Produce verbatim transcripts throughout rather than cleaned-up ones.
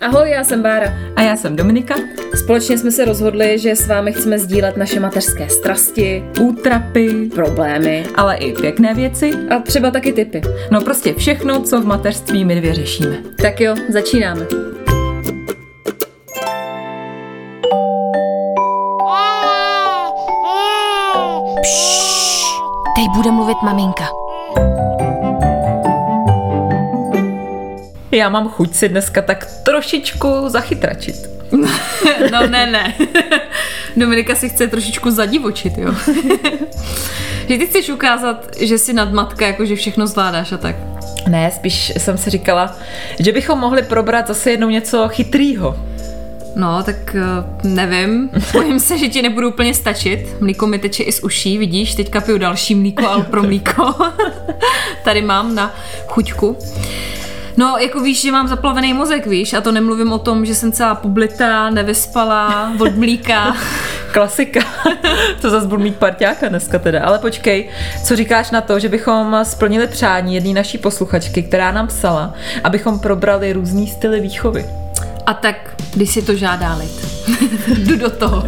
Ahoj, já jsem Bára. A já jsem Dominika. Společně jsme se rozhodli, že s vámi chceme sdílet naše mateřské strasti, útrapy, problémy, ale i pěkné věci. A třeba taky tipy. No prostě všechno, co v mateřství my dvě řešíme. Tak jo, začínáme. Pšš, teď bude mluvit maminka. Já mám chuť si dneska tak trošičku zachytračit. No ne, ne. Dominika si chce trošičku zadivočit, jo. Že ty chceš ukázat, že jsi nadmatka, jako že všechno zvládáš a tak. Ne, spíš jsem si říkala, že bychom mohli probrat zase jednou něco chytrýho. No, tak nevím. Bojím se, že ti nebudu úplně stačit. Mlíko mi teče i z uší, vidíš? Teďka piju další mlíko, ale pro mlíko. Tady mám na chuťku. No, jako víš, že mám zaplavený mozek, víš? A to nemluvím o tom, že jsem celá poblitá, nevyspalá, od mlíka. Klasika. To zase budu mít parťáka dneska teda. Ale počkej, co říkáš na to, že bychom splnili přání jedné naší posluchačky, která nám psala, abychom probrali různý styly výchovy. A tak, když si to žádá lid. Jdu do toho.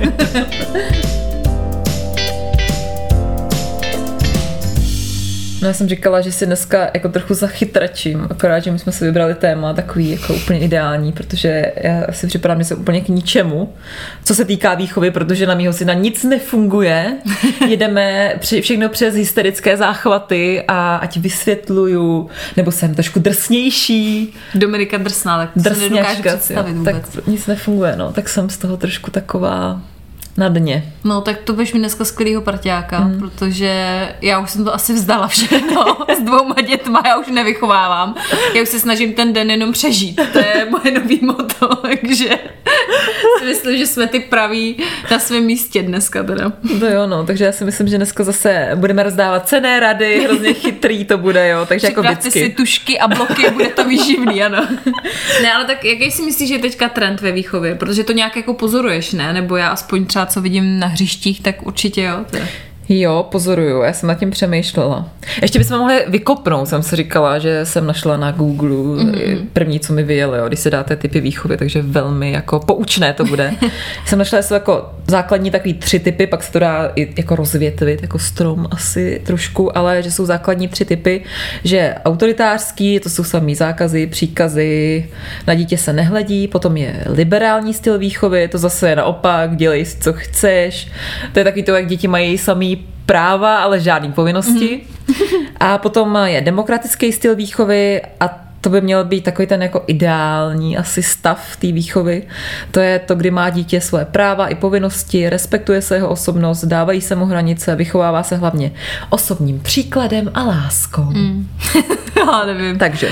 No já jsem říkala, že si dneska jako trochu zachytračím, akorát, že my jsme si vybrali téma takový jako úplně ideální, protože já si připadám, že jsem úplně k ničemu, co se týká výchovy, protože na mýho syna nic nefunguje. Jedeme všechno přes hysterické záchvaty a ať vysvětluju, nebo jsem trošku drsnější. Dominika drsná, tak to se nedokážu představit vůbec. Tak nic nefunguje, no, tak jsem z toho trošku taková na dně. No, tak to budeš mi dneska skvělýho parťáka, mm. protože já už jsem to asi vzdala všechno s dvouma dětma, já už nevychovávám. Já už se snažím ten den jenom přežít. To je moje nový motto, takže si myslím, že jsme ty praví na svém místě dneska teda. To jo, no, takže já si myslím, že dneska zase budeme rozdávat cenné rady, hrozně chytrý to bude, jo, takže jako vždycky. Připravte si tušky a bloky, bude to výživný, ano. Ne, ale tak jaký si myslíš, že je teďka trend ve výchově? Protože to nějak jako pozoruješ, ne? Nebo já aspoň třeba co vidím na hřištích, tak určitě jo. Teda. Jo, pozoruju, já jsem nad tím přemýšlela. Ještě bychom mohli vykopnout, jsem si říkala, že jsem našla na Google mm-hmm. první, co mi vyjelo, jo, když si dáte typy výchovy, takže velmi jako poučné to bude. Jsem našla, že jsou jako základní takový tři typy, pak se to dá i jako rozvětvit, jako strom asi trošku, ale že jsou základní tři typy, že autoritářský, to jsou samý zákazy, příkazy, na dítě se nehledí, potom je liberální styl výchovy, to zase je naopak, dělej si, co chceš, to je takový to, jak děti mají samý práva, ale žádný povinnosti. Mm-hmm. A potom je demokratický styl výchovy a to by měl být takový ten jako ideální asi stav té výchovy. To je to, kdy má dítě svoje práva i povinnosti, respektuje se jeho osobnost, dávají se mu hranice, vychovává se hlavně osobním příkladem a láskou. Mm. Já nevím. Takže.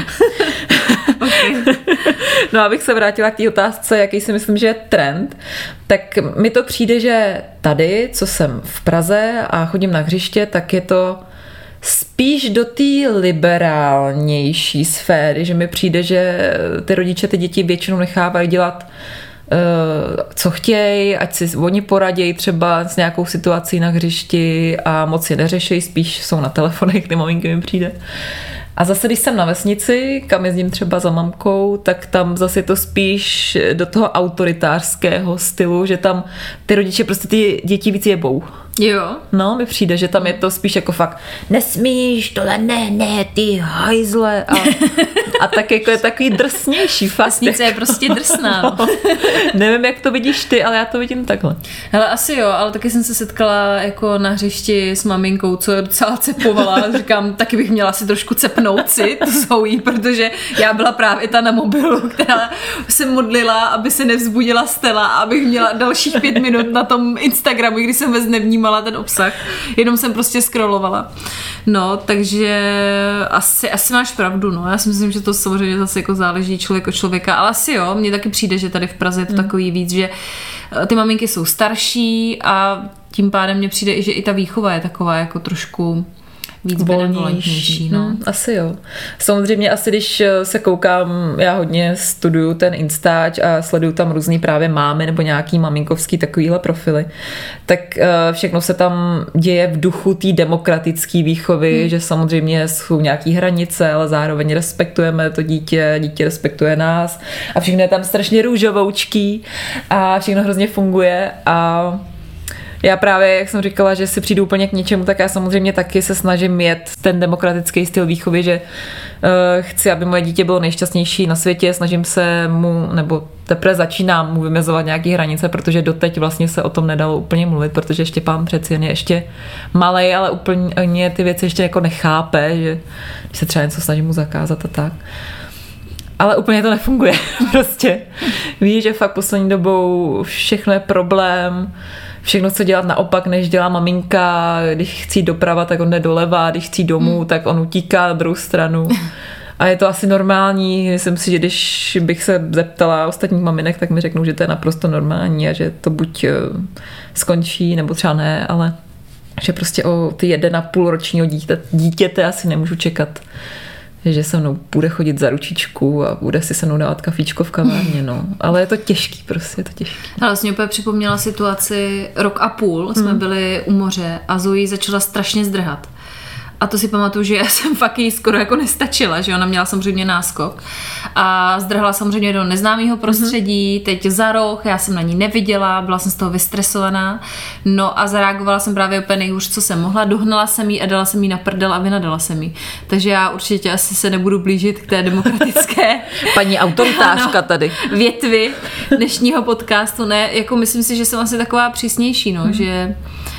Okay. No abych se vrátila k té otázce, jaký si myslím, že je trend, tak mi to přijde, že tady, co jsem v Praze a chodím na hřiště, tak je to spíš do té liberálnější sféry, že mi přijde, že ty rodiče ty děti většinou nechávají dělat co chtějí, ať si oni poradějí třeba s nějakou situací na hřišti a moc je neřešejí, spíš jsou na telefonech, ty maminky mi přijde. A zase, když jsem na vesnici, kam jezdím třeba za mamkou, tak tam zase je to spíš do toho autoritářského stylu, že tam ty rodiče prostě ty děti víc jebou. Jo. No, mi přijde, že tam je to spíš jako fakt nesmíš, tohle ne, ne, ty hajzle a, a tak jako je takový drsnější fakt. Vesnice je prostě drsná. No. Nevím, jak to vidíš ty, ale já to vidím takhle. Hele, asi jo, ale taky jsem se setkala jako na hřišti s maminkou, co docela cepovala. Říkám, taky bych měla si trošku cepnout si to soují, protože já byla právě ta na mobilu, která se modlila, aby se nevzbudila Stella, abych měla dalších pět minut na tom Instagramu, kdy jsem vůbec nevnímala ten obsah, jenom jsem prostě scrollovala. No, takže asi, asi máš pravdu, no. Já si myslím, že to samozřejmě zase jako záleží člověk od člověka, ale asi jo, mně taky přijde, že tady v Praze je to hmm. takový víc, že ty maminky jsou starší a tím pádem mně přijde i, že i ta výchova je taková jako trošku víc benevolentnější. No. Hmm, asi jo. Samozřejmě asi, když se koukám, já hodně studuju ten Instač a sleduju tam různý právě mámy nebo nějaký maminkovský takovýhle profily, tak všechno se tam děje v duchu té demokratické výchovy, hmm. že samozřejmě jsou nějaký hranice, ale zároveň respektujeme to dítě, dítě respektuje nás a všechno je tam strašně růžovoučký a všechno hrozně funguje a já právě, jak jsem říkala, že si přijdu úplně k něčemu, tak já samozřejmě taky se snažím jet ten demokratický styl výchovy, že uh, chci, aby moje dítě bylo nejšťastnější na světě, snažím se mu, nebo teprve začínám mu vymezovat nějaké hranice, protože doteď vlastně se o tom nedalo úplně mluvit, protože Štěpán přeci jen je ještě malej, ale úplně ty věci ještě jako nechápe, že když se třeba něco snažím mu zakázat a tak. Ale úplně to nefunguje prostě. Víš, že fakt poslední dobou všechno je problém, všechno chce dělat naopak, než dělá maminka, když chce doprava, tak on jde doleva, když chce domů, hmm. tak on utíká na druhou stranu. A je to asi normální, myslím si, že když bych se zeptala ostatních maminek, tak mi řeknou, že to je naprosto normální a že to buď skončí, nebo třeba ne, ale že prostě o ty jeden a půl ročního dítě, dítěte asi nemůžu čekat, že se mnou bude chodit za ručičku a bude si se mnou dávat kafíčko v kavárně, no. Ale je to těžký, prostě je to těžký. Ale vlastně úplně připomněla situaci, rok a půl jsme hmm. byli u moře a Zoe začala strašně zdrhat. A to si pamatuju, že já jsem fakt jí skoro jako nestačila, že ona měla samozřejmě náskok a zdrhla samozřejmě do neznámého prostředí, mm-hmm. teď za roh, já jsem na ní neviděla, byla jsem z toho vystresovaná, no a zareagovala jsem právě úplně nejhůř, co jsem mohla, dohnala jsem jí a dala jsem jí na prdel a vynadala jsem jí. Takže já určitě asi se nebudu blížit k té demokratické paní autoritářka ano, tady. Větvi dnešního podcastu, ne, jako myslím si, že jsem asi taková přísnější, no, mm-hmm. že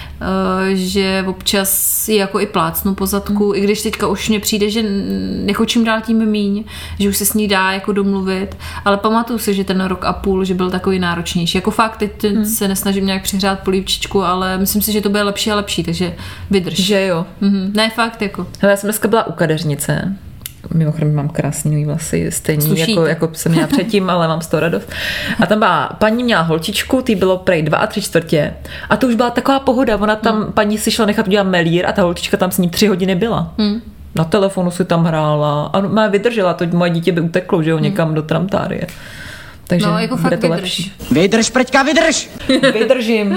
že občas jako i plácnu po zadku, mm. i když teďka už mně přijde, že jako čím dál tím míň, že už se s ní dá jako domluvit, ale pamatuju si, že ten rok a půl, že byl takový náročnější. Jako fakt, teď mm. se nesnažím nějak přihrát polívčičku, ale myslím si, že to bude lepší a lepší, takže vydrž. Že jo. Mm-hmm. Ne, fakt jako. Hele, já jsem dneska byla u kadeřnice. Mimochodem mám krásný nový vlasy, stejný jako, jako jsem měla předtím, ale mám z toho radost. A tam byla, paní měla holčičku, ty bylo prej dva a tři čtvrtě. A to už byla taková pohoda, ona tam, hmm. paní si šla nechat udělat melír a ta holčička tam s ní tři hodiny byla. Hmm. Na telefonu si tam hrála a má vydržela, to moje dítě by uteklo, že jo, někam hmm. do tramtárie. Takže no, jako bude to vydrž. lepší. Vydrž, Preďka, vydrž! Vydržím.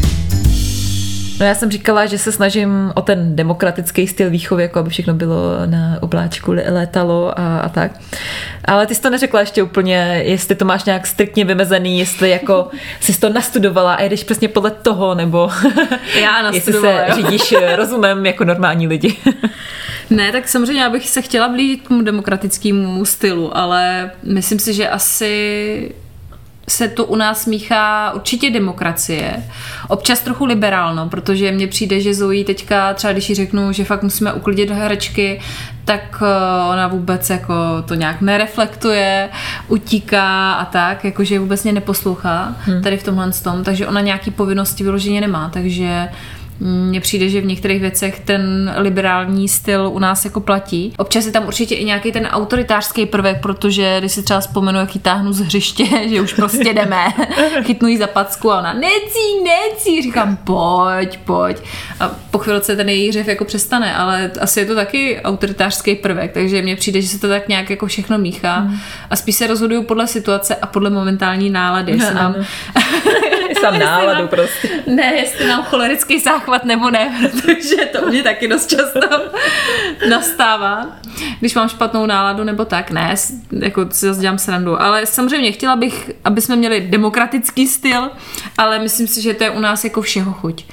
No já jsem říkala, že se snažím o ten demokratický styl výchovy, jako aby všechno bylo na obláčku, létalo a, a tak. Ale ty jsi to neřekla ještě úplně, jestli to máš nějak striktně vymezený, jestli jako jsi to nastudovala a jedeš přesně podle toho, nebo já nastudovala, jestli se jo. řídíš rozumem jako normální lidi. Ne, tak samozřejmě já bych se chtěla blížit k tomu demokratickému stylu, ale myslím si, že asi se to u nás míchá určitě demokracie, občas trochu liberálno, protože mně přijde, že Zoe teďka, třeba když jí řeknu, že fakt musíme uklidit herečky, tak ona vůbec jako to nějak nereflektuje, utíká a tak, jakože vůbec mě neposlouchá hmm. tady v tomhle tom, takže ona nějaký povinnosti vyloženě nemá, takže mně přijde, že v některých věcech ten liberální styl u nás jako platí. Občas je tam určitě i nějaký ten autoritářský prvek, protože když si třeba vzpomenu, jak ji táhnu z hřiště, že už prostě jdeme, chytnu jí za packu a ona necí, necí, říkám pojď, pojď. A po chvilce ten její hřev jako přestane, ale asi je to taky autoritářský prvek, takže mně přijde, že se to tak nějak jako všechno míchá hmm. a spíš se rozhoduju podle situace a podle momentální nálady. Jestli mám... Sam náladu prostě. Ne, jestli mám cholerický záchvat nebo ne, protože to mě taky dost často nastává, když mám špatnou náladu nebo tak, ne, jako si zase dělám srandu, ale samozřejmě chtěla bych, aby jsme měli demokratický styl, ale myslím si, že to je u nás jako všeho chuť,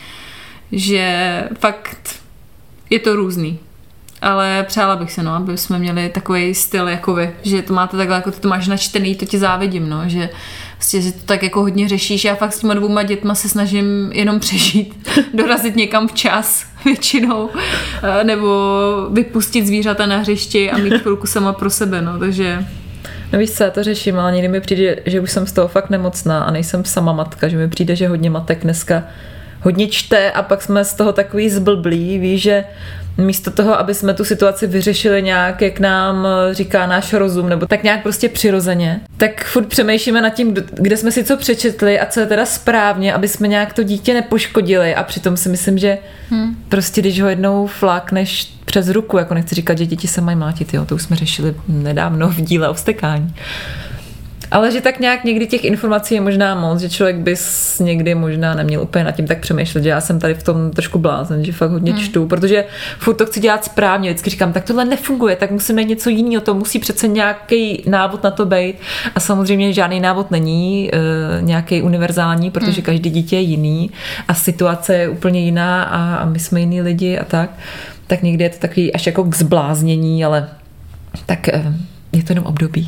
že fakt je to různý. Ale přála bych se, no, aby jsme měli takový styl jako vy, že to máte takhle, jako ty to máš načtený, to ti závidím, no, že vlastně si to tak jako hodně řešíš. Já fakt s těma dvouma dětma se snažím jenom přežít, dorazit někam včas většinou, nebo vypustit zvířata na hřišti a mít chvilku sama pro sebe, no, takže... No víš co, já to řeším, ale někdy mi přijde, že už jsem z toho fakt nemocná a nejsem sama matka, že mi přijde, že hodně matek dneska hodně čte a pak jsme z toho takový zblblí, víš, že místo toho, aby jsme tu situaci vyřešili nějak, jak nám říká náš rozum, nebo tak nějak prostě přirozeně, tak furt přemýšlíme nad tím, kde jsme si co přečetli a co je teda správně, aby jsme nějak to dítě nepoškodili a přitom si myslím, že hmm. prostě když ho jednou flákneš přes ruku, jako nechci říkat, že děti se mají mlátit, jo, to už jsme řešili nedávno v díle o vztekání. Ale že tak nějak někdy těch informací je možná moc, že člověk bys někdy možná neměl úplně nad tím tak přemýšlet, že já jsem tady v tom trošku blázen, že fakt hodně hmm. čtu, protože furt to chci dělat správně, vždycky říkám, tak tohle nefunguje, tak musím najít něco jiného, to musí přece nějaký návod na to být a samozřejmě žádný návod není e, nějaký univerzální, protože hmm. každý dítě je jiný a situace je úplně jiná a, a my jsme jiný lidi a tak, tak někdy je to takový až jako k zbláznění, ale tak e, je to jenom období.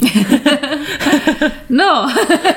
No,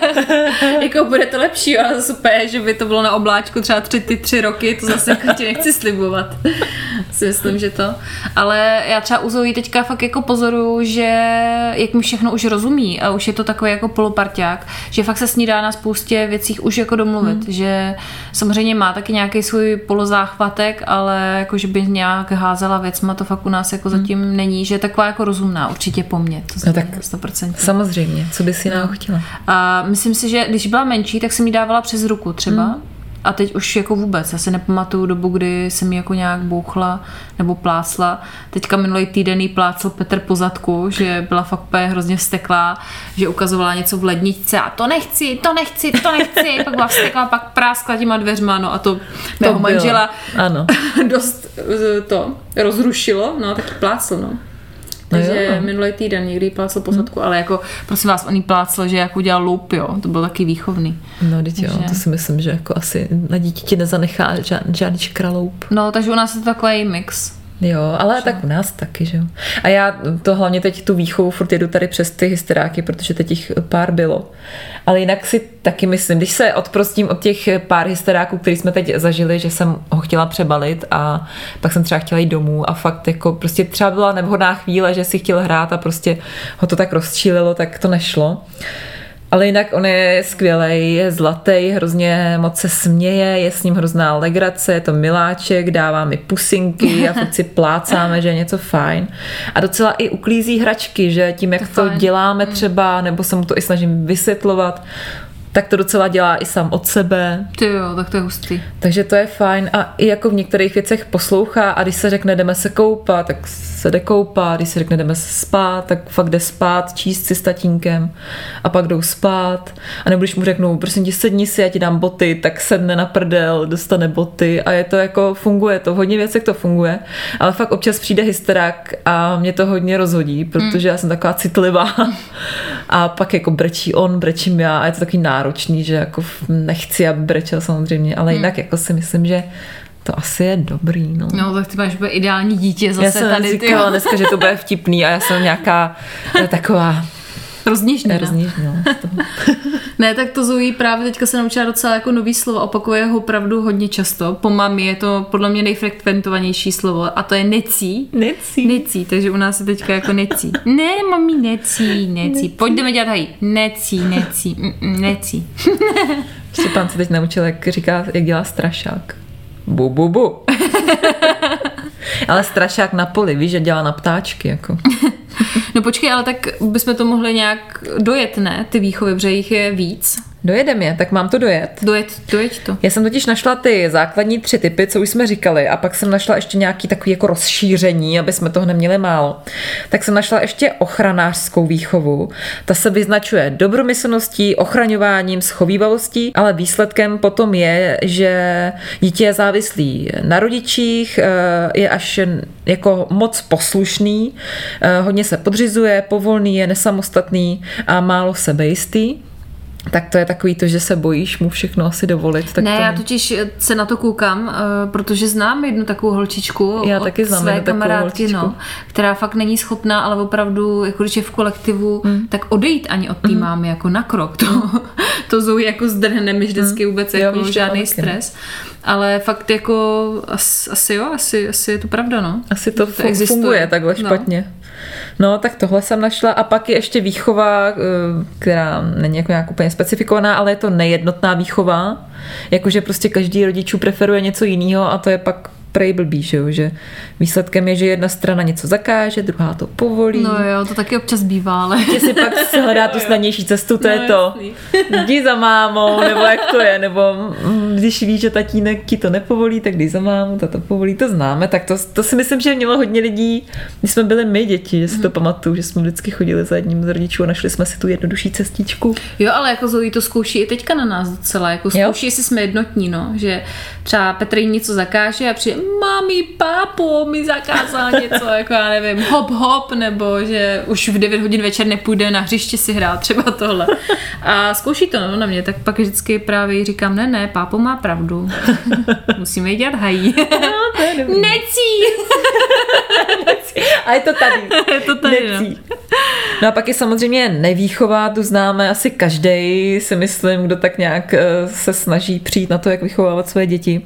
jako bude to lepší, ale super, že by to bylo na obláčku třeba tři, ty tři roky, to zase jako ti nechci slibovat. Si myslím, že to. Ale já třeba u Zoe teďka fakt jako pozoruju, že jak mi všechno už rozumí a už je to takový jako poloparťák, že fakt se s ní dá na spoustě věcích už jako domluvit, hmm. že samozřejmě má taky nějaký svůj polozáchvatek, ale jako že by nějak házela věcma, to fakt u nás jako hmm. zatím není, že je taková jako rozumná určitě po mně. To no tak sto procent. Samozřejmě, co by si jiného chtěla? A myslím si, že když byla menší, tak jsem jí dávala přes ruku třeba. Hmm. A teď už jako vůbec. Já si nepamatuju dobu, kdy jsem jí jako nějak bouchla nebo plácla. Teďka minulý týden jí plácl Petr po zadku, že byla fakt hrozně vzteklá, že ukazovala něco v ledničce a to nechci, to nechci, to nechci. Pak byla vzteklá, pak práskla těma dveřma, no a to mého manžela ano. dost to rozrušilo, no taky plácl, no. Takže no minulý týden někdy plácl posadku, hmm. ale jako prosím vás, on jí plácl, že jako udělal loup, jo. To bylo taky výchovný. No, teď jo, to si myslím, že jako asi na dítěti nezanechá žádný, žádný škraloup. No, takže u nás je to takový mix. Jo, ale že? Tak u nás taky, že jo. A já to hlavně teď tu výchovu furt jedu tady přes ty hysteráky, protože teď jich pár bylo. Ale jinak si taky myslím, když se odprostím od těch pár hysteráků, který jsme teď zažili, že jsem ho chtěla přebalit a pak jsem třeba chtěla jít domů a fakt jako prostě třeba byla nevhodná chvíle, že si chtěl hrát a prostě ho to tak rozčílilo, tak to nešlo. Ale jinak on je skvělej, je zlatý, hrozně moc se směje, je s ním hrozná legrace, je to miláček, dává mi pusinky a furt si plácáme, že je něco fajn. A docela i uklízí hračky, že tím, jak to, to děláme třeba, nebo se mu to i snažím vysvětlovat, tak to docela dělá i sám od sebe. Ty jo, tak to je hustý. Takže to je fajn a i jako v některých věcech poslouchá a když se řekne jdeme se koupat, tak se jde koupat, když se řekne jdeme se spát, tak fakt jde spát, číst si s tatínkem a pak jdou spát. A nebo když mu řeknou, prosím tě, sedni si, já ti dám boty, tak sedne na prdel, dostane boty a je to jako, funguje to, v hodně věcech to funguje, ale fakt občas přijde hysterák a mě to hodně rozhodí, protože já jsem taková citlivá a pak jako brečí on, brečím já a je to takový náročný, že jako nechci, aby brečel samozřejmě, ale jinak hmm. jako si myslím, že to asi je dobrý, no. No, tak ty máš bude ideální dítě zase já jsem tady. Říkala ty, dneska, že to bude vtipný a já jsem nějaká taková rozněžněná. Rozněžněná. Ne, tak to Zoe právě teďka se naučila docela jako nový slovo, opakuje ho opravdu hodně často. Po mami je to podle mě nejfrekventovanější slovo a to je necí. Necí. Necí, takže u nás je teďka jako necí. Ne, mami, necí, necí. Pojďme dělat hají. Necí, necí, mm, necí. Štěpán se teď naučil, jak říká, jak dělá strašák. Bu, bu, bu. Ale strašák na poli, víš, že dělá na ptáčky, jako. No počkej, ale tak bychom to mohli nějak dojet, ne? Ty výchovy, protože jich je víc. Dojedem je, tak mám to dojet. Dojet, dojeď to. Já jsem totiž našla ty základní tři typy, co už jsme říkali, a pak jsem našla ještě nějaký takový jako rozšíření, aby jsme toho neměli málo. Tak jsem našla ještě ochranářskou výchovu. Ta se vyznačuje dobromyslností, ochraňováním, schovívavostí, ale výsledkem potom je, že dítě je závislý na rodičích, je až jako moc poslušný, hodně se podřizuje, povolný, je nesamostatný a málo sebejistý. Tak to je takový to, že se bojíš mu všechno asi dovolit. Tak ne, to... já totiž se na to koukám, protože znám jednu takovou holčičku já od taky znám své kamarádky, no, která fakt není schopná, ale opravdu, jako když je v kolektivu, hmm. tak odejít ani od té hmm. mámy jako na krok. To, to Zoe jako zdrhne mi vždycky hmm. vůbec jako jo, žádný stres. Taky. Ale fakt jako asi, asi jo, asi, asi je to pravda, no. Asi to, to existuje. Funguje takhle špatně. No. No, tak tohle jsem našla a pak je ještě výchova, která není jako nějak úplně specifikovaná, ale je to nejednotná výchova, jakože prostě každý rodičů preferuje něco jiného a to je pak prej blbý, že jo, že výsledkem je, že jedna strana něco zakáže, druhá to povolí. No jo, to taky občas bývá, ale... Že si pak se hledá tu snadnější cestu, to no, je to. Jdi za mámou, nebo jak to je, nebo když víš, že tatínek ti to nepovolí, tak jdi za mámou, ta to povolí, to známe, tak to, to si myslím, že mělo hodně lidí, když jsme byli my děti, že si to pamatuju, že jsme vždycky chodili za jedním z rodičů a našli jsme si tu jednodušší cestičku. Jo, ale jako Zoe to zkouší i teďka na nás docela, jako zkouší, jestli jsme jednotní, no, že třeba Petr jí něco zakáže a přijde, mami, pápo, mi zakázal něco, jako já nevím, hop, hop, nebo že už v devět hodin večer nepůjde na hřiště si hrát, třeba tohle. A zkouší to no, na mě, tak pak vždycky právě říkám, ne, ne, pápo má pravdu. Musíme jí dělat hají. No, Necí! A je to tady. Je to tady, no. No a pak je samozřejmě nevýchová, tu známe asi každej, si myslím, kdo tak nějak se snaží přijít na to, jak vychovávat své děti.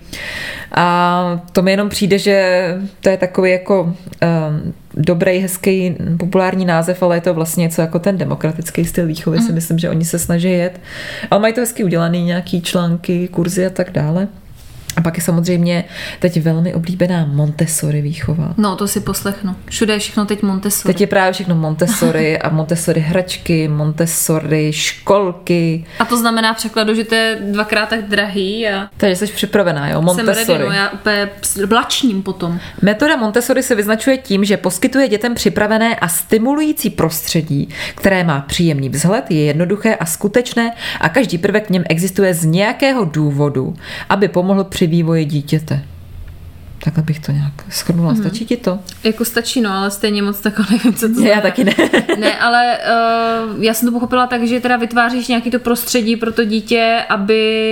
A to mi jenom přijde, že to je takový jako um, dobrý, hezký, populární název, ale je to vlastně něco jako ten demokratický styl výchovy, mm. si myslím, že oni se snaží jet. Ale mají to hezky udělaný, nějaký články, kurzy a tak dále. A pak je samozřejmě teď velmi oblíbená Montessori výchova. No, to si poslechnu. Všude je všechno teď Montessori. Teď je právě všechno Montessori a Montessori hračky, Montessori školky. A to znamená v překladu, že to je dvakrát tak drahý a... Takže jsi připravená, jo? Montessori. Jsem ready, no, já úplně blačním potom. Metoda Montessori se vyznačuje tím, že poskytuje dětem připravené a stimulující prostředí, které má příjemný vzhled, je jednoduché a skutečné a každý prvek v něm existuje z nějakého důvodu, aby pomohl při vývoji dítěte. Takhle bych to nějak shrnula. Hmm. Stačí ti to? Jako stačí, no, ale stejně moc takhle nevím, co to znamená. Já taky ne. Ne, ale uh, já jsem to pochopila tak, že teda vytváříš nějaký to prostředí pro to dítě, aby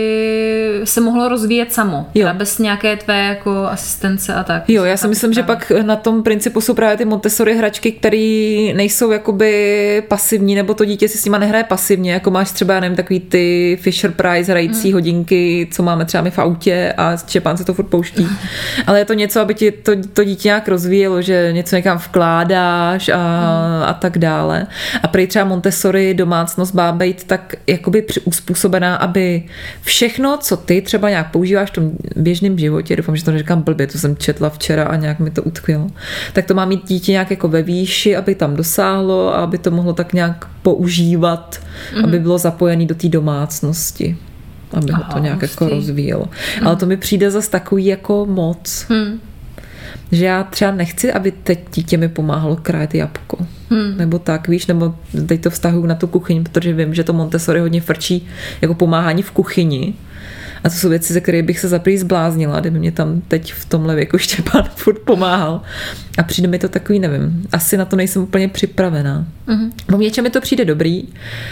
se mohlo rozvíjet samo. Jo. Teda bez nějaké tvé jako asistence a tak. Jo, já si myslím, že pak na tom principu jsou právě ty Montessori hračky, které nejsou jakoby pasivní, nebo to dítě si s nima nehraje pasivně, jako máš třeba, nevím, takový ty Fisher Price hrající hmm. hodinky, co máme třeba my v autě a Štěpán se to furt pouští. Ale je to něco, aby ti to, to dítě nějak rozvíjelo, že něco někam vkládáš a, mm. a tak dále. A prý třeba Montessori domácnost má být tak jakoby uspůsobená, aby všechno, co ty třeba nějak používáš v tom běžném životě, doufám, že to neříkám blbě, to jsem četla včera a nějak mi to utkvělo, tak to má mít dítě nějak jako ve výši, aby tam dosáhlo a aby to mohlo tak nějak používat, mm. aby bylo zapojené do té domácnosti. Aby ho to nějak jako rozvíjelo. Hmm. Ale to mi přijde zas takový jako moc. Hmm. Že já třeba nechci, aby teď dítě mi pomáhalo krájet jabko. Hmm. Nebo tak, víš, nebo teď to vztahuju na tu kuchyň, protože vím, že to Montessori hodně frčí jako pomáhání v kuchyni. A to jsou věci, ze které bych se zaprý zbláznila, kdyby mě tam teď v tomhle věku Štěpán furt pomáhal. A přijde mi to takový, nevím, asi na to nejsem úplně připravená. Hmm. V něčem mi to přijde dobrý,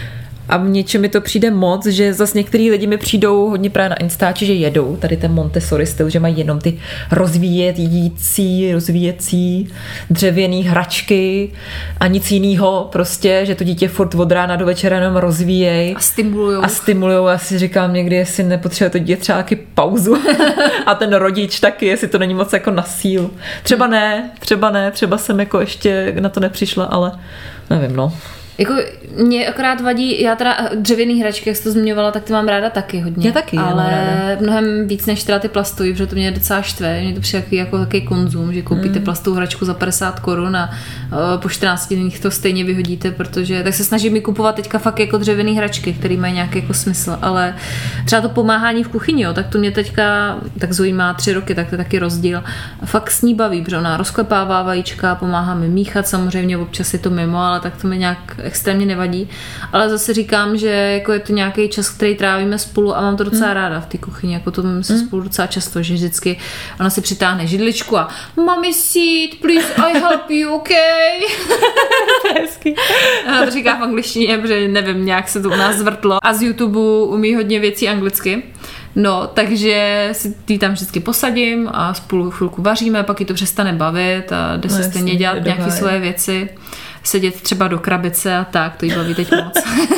a v něčem mi to přijde moc, že zase některý lidi mi přijdou hodně právě na Instači, že jedou tady ten Montessori styl, že mají jenom ty rozvíjející, rozvíjecí dřevěný hračky a nic jinýho prostě, že to dítě furt od rána do večera jenom rozvíjej. A stimulujou. A stimulujou. Já si říkám někdy, jestli nepotřebuje to dítě třeba taky pauzu. A ten rodič taky, jestli to není moc jako na sílu. Třeba ne, třeba ne, třeba jsem jako ještě na to nepřišla, ale nevím, no. Jako mě akorát vadí, já teda dřevěný hračky, jak jsi to zmiňovala, tak ty mám ráda taky hodně. Já taky, ale já mnohem víc než teda ty plastový, protože to mě docela štve. Mě to přijde jako takový konzum, že koupíte mm. plastovou hračku za padesát korun a uh, po čtrnácti dnech to stejně vyhodíte, protože tak se snažím mi kupovat teďka fakt jako dřevěný hračky, které mají nějaký jako smysl, ale třeba to pomáhání v kuchyni, jo, tak to mě teďka, tak Zoe má tři roky, tak to je taky rozdíl. Fakt s ní baví, protože ona rozklepává vajíčka, pomáhá mi míchat, samozřejmě občas je to mimo, ale tak to mi nějak extrémně nevadí, ale zase říkám, že jako je to nějaký čas, který trávíme spolu a mám to docela mm. ráda v té kuchyni, jako to mám se mm. spolu docela často, že vždycky ona si přitáhne židličku a Mommy sit, please, I help you, okay? Hezky. Ona to říká v angličtině, protože nevím, nějak se to u nás zvrtlo a z YouTube umí hodně věcí anglicky. No, takže si ty tam vždycky posadím a spolu chvilku vaříme, pak ji to přestane bavit a jde no, se stejně dělat nějaké svoje věci. Sedět třeba do krabice a tak, to jí baví teď moc.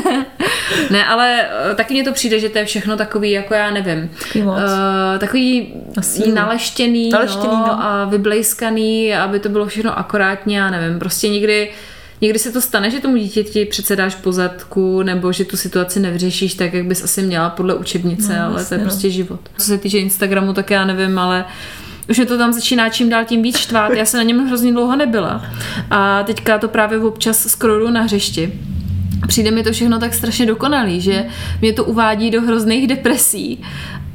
Ne, ale taky mně to přijde, že to je všechno takový, jako já nevím, uh, takový naleštěný, naleštěný no, no. a vyblejskaný, aby to bylo všechno akorátně, já nevím, prostě někdy Někdy se to stane, že tomu dítěti přece dáš po zadku, nebo že tu situaci nevřešíš tak, jak bys asi měla podle učebnice, no, ale vlastně, to je prostě no. život. Co se týče Instagramu, tak já nevím, ale už mě to tam začíná čím dál tím víc štvát. Já se na něm hrozně dlouho nebyla. A teďka to právě občas scrolluju na hřišti. Přijde mi to všechno tak strašně dokonalý, že mě to uvádí do hrozných depresí.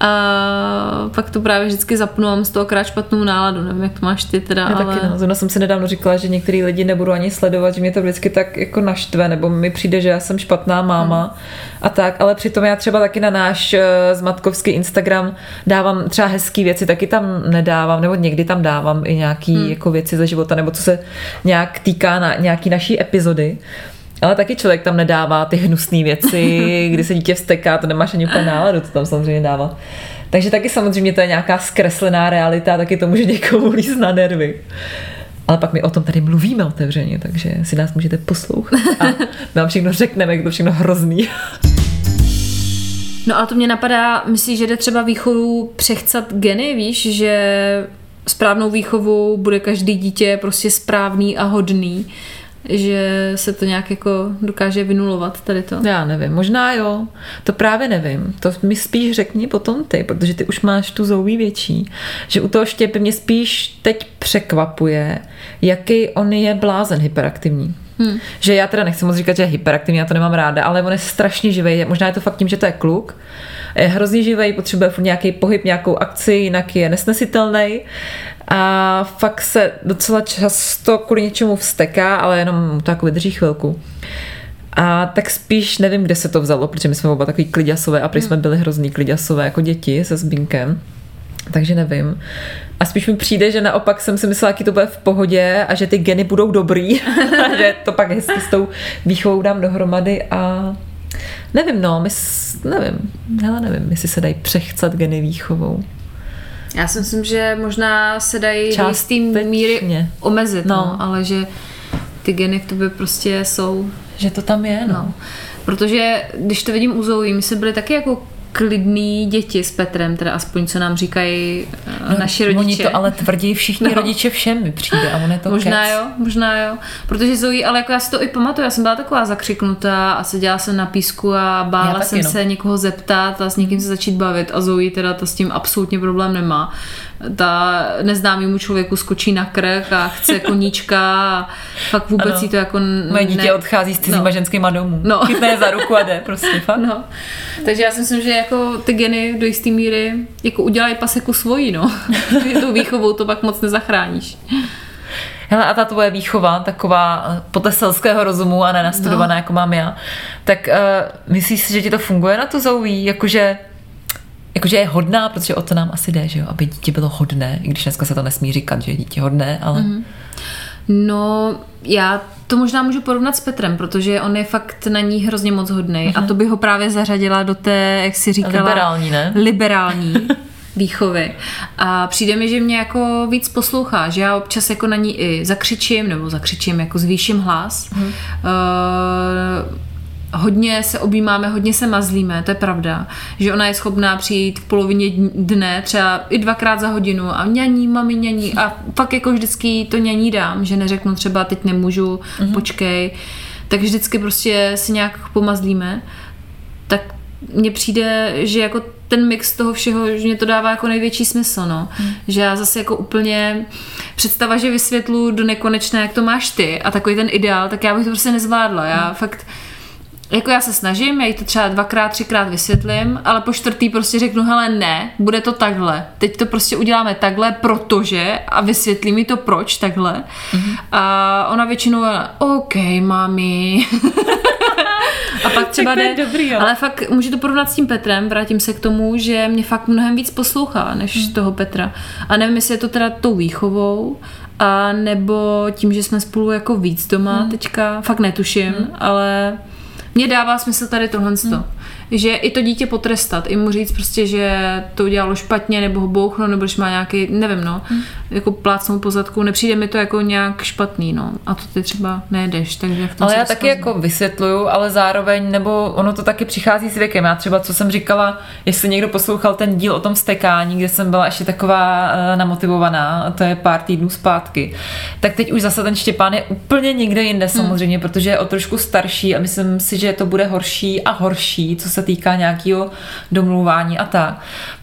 A pak to právě vždycky zapnu a mám z toho krát špatnou náladu. Nevím, jak to máš ty teda, Já ale... taky, no. Zrovna jsem si nedávno říkala, že některý lidi nebudu ani sledovat, že mě to vždycky tak jako naštve, nebo mi přijde, že já jsem špatná máma hmm. a tak, ale přitom já třeba taky na náš uh, zmatkovský Instagram dávám třeba hezký věci, taky tam nedávám, nebo někdy tam dávám i nějaký hmm. jako věci ze života, nebo co se nějak týká na nějaký naší epizody. Ale taky člověk tam nedává ty hnusné věci, kdy se dítě vzteká, to nemáš ani úplně náladu, to tam samozřejmě dává. Takže taky samozřejmě to je nějaká zkreslená realita, taky to může někomu lízt na nervy. Ale pak my o tom tady mluvíme otevřeně, takže si nás můžete poslouchat a my vám všechno řekneme, jak to všechno hrozný. No a to mě napadá, myslíš, že jde třeba výchovu přechcat geny, víš, že správnou výchovou bude každý dítě prostě správný a hodný, že se to nějak jako dokáže vynulovat tady to. Já nevím, možná jo, to právě nevím, to mi spíš řekni potom ty, protože ty už máš tu Zoe větší, že u toho Štěpy mě spíš teď překvapuje, jaký on je blázen hyperaktivní. Hmm. Že já teda nechci moc říkat, že je hyperaktivní, já to nemám ráda, ale on je strašně živej, možná je to fakt tím, že to je kluk, je hrozně živej, potřebuje furt nějaký pohyb, nějakou akci, jinak je nesnesitelný a fakt se docela často kvůli něčemu vzteká, ale jenom to jako vydrží chvilku. A tak spíš nevím, kde se to vzalo, protože my jsme oba takový kliďasové a prý jsme byli hrozný kliďasové jako děti se Zbínkem. Takže nevím. A spíš mi přijde, že naopak jsem si myslela, jaký to bude v pohodě a že ty geny budou dobrý. Že to pak hezky s tou výchovou dám dohromady a nevím, no, my, nevím, hele, nevím, jestli se dají přechcat geny výchovou. Já si myslím, že možná se dají do jisté míry omezit, no. No, ale že ty geny v tobě prostě jsou. Že to tam je, no. no. Protože když to vidím u Zoe, my jsme byli taky jako klidný děti s Petrem, teda aspoň co nám říkají no, naši rodiče. Oni to ale tvrdí všichni no. rodiče všem mi přijde a on je to možná kec. jo, možná jo. Protože Zoe, ale jako já si to i pamatuju, já jsem byla taková zakřiknutá a seděla jsem na písku a bála taky, jsem no. se někoho zeptat a s někým se začít bavit a Zoe teda ta s tím absolutně problém nemá. Ta neznámýmu člověku skočí na krk a chce koníčka a fakt vůbec ano. jí to jako moje dítě ne... odchází s cizíma no. ženskýma domů. No. Chytne je za ruku a jde prostě fakt. No. Takže já si myslím, že jako ty geny do jisté míry jako udělají paseku svojí, no. Tou výchovou to pak moc nezachráníš. Hele, a ta tvoje výchova, taková podle selského rozumu a nenastudovaná, no. jako mám já, tak uh, myslíš si, že ti to funguje na tu Zoe? Jakože Jakože je hodná, protože o to nám asi jde, že jo? Aby dítě bylo hodné, i když dneska se to nesmí říkat, že je dítě hodné, ale... Mm. No, já to možná můžu porovnat s Petrem, protože on je fakt na ní hrozně moc hodnej mm. a to by ho právě zařadila do té, jak si říkala... Liberální, ne? Liberální výchovy. A přijde mi, že mě jako víc poslouchá, že já občas jako na ní i zakřičím, nebo zakřičím, jako zvýším hlas. Mm. Uh, hodně se objímáme, hodně se mazlíme, to je pravda, že ona je schopná přijít v polovině dne, třeba i dvakrát za hodinu a ňaní, mami, ňaní a fakt jako vždycky to ňaní dám, že neřeknu třeba teď nemůžu, mm-hmm. počkej, tak vždycky prostě si nějak pomazlíme, tak mně přijde, že jako ten mix toho všeho, že mě to dává jako největší smysl, no. Hmm. Že já zase jako úplně představa, že vysvětlu do nekonečna, jak to máš ty a takový ten ideál, tak já bych to prostě nezvládla. Já hmm. fakt jako já se snažím, já jí to třeba dvakrát, třikrát vysvětlím, ale po čtvrtý prostě řeknu, hele ne, bude to takhle. Teď to prostě uděláme takhle, protože a vysvětlí mi to proč takhle. Mm-hmm. A ona většinou OK, mami. A pak třeba jde, dobrý, ale fakt můžu to porovnat s tím Petrem, vrátím se k tomu, že mě fakt mnohem víc poslouchá, než mm. toho Petra. A nevím, jestli je to teda tou výchovou, a nebo tím, že jsme spolu jako víc doma mm. teďka, fakt netuším, mm. ale mně dává smysl tady tohle. Hmm. Že i to dítě potrestat, i mu říct prostě, že to udělalo špatně, nebo ho bouchnout, nebo když má nějaký, nevím, no, hmm. jako plácnout po zadku, nepřijde mi to jako nějak špatný, no. A to ty třeba nejedeš, takže v tom. Ale já taky jako vysvětluju, ale zároveň, nebo ono to taky přichází s věkem. Já třeba, co jsem říkala, jestli někdo poslouchal ten díl o tom vztekání, kde jsem byla ještě taková uh, namotivovaná, to je pár týdnů zpátky, tak teď už zase ten Štěpán je úplně někde jinde samozřejmě, hmm. protože je o trošku starší a myslím si, že to bude horší a horší, co se týká nějakého domluvání a tak.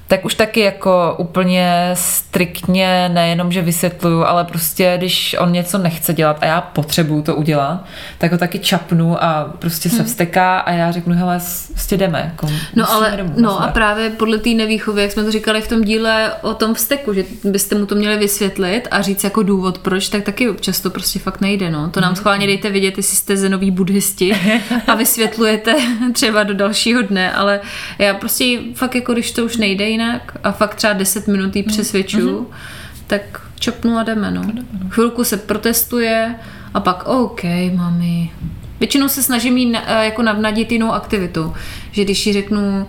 tak už taky jako úplně striktně nejenom, že vysvětluju, ale prostě, když on něco nechce dělat a já potřebuju to udělat, tak ho taky čapnu a prostě se vzteká a já řeknu, hele, prostě jdeme. Jako, no ale, domů, no a právě podle té nevýchovy, jak jsme to říkali v tom díle o tom vzteku, že byste mu to měli vysvětlit a říct jako důvod proč, tak taky občas to prostě fakt nejde, no. To nám schválně dejte vidět, jestli jste zenoví buddhisti a vysvětlujete třeba do dalšího dne, ale já prostě fakt jako, když to už nejde jinak a fakt třeba deset minut jí přesvědčuju, mm-hmm. tak čopnu a jdeme, no. Chvilku se protestuje a pak OK, mami. Většinou se snažím jí jako navnadit jinou aktivitu, že když jí řeknu,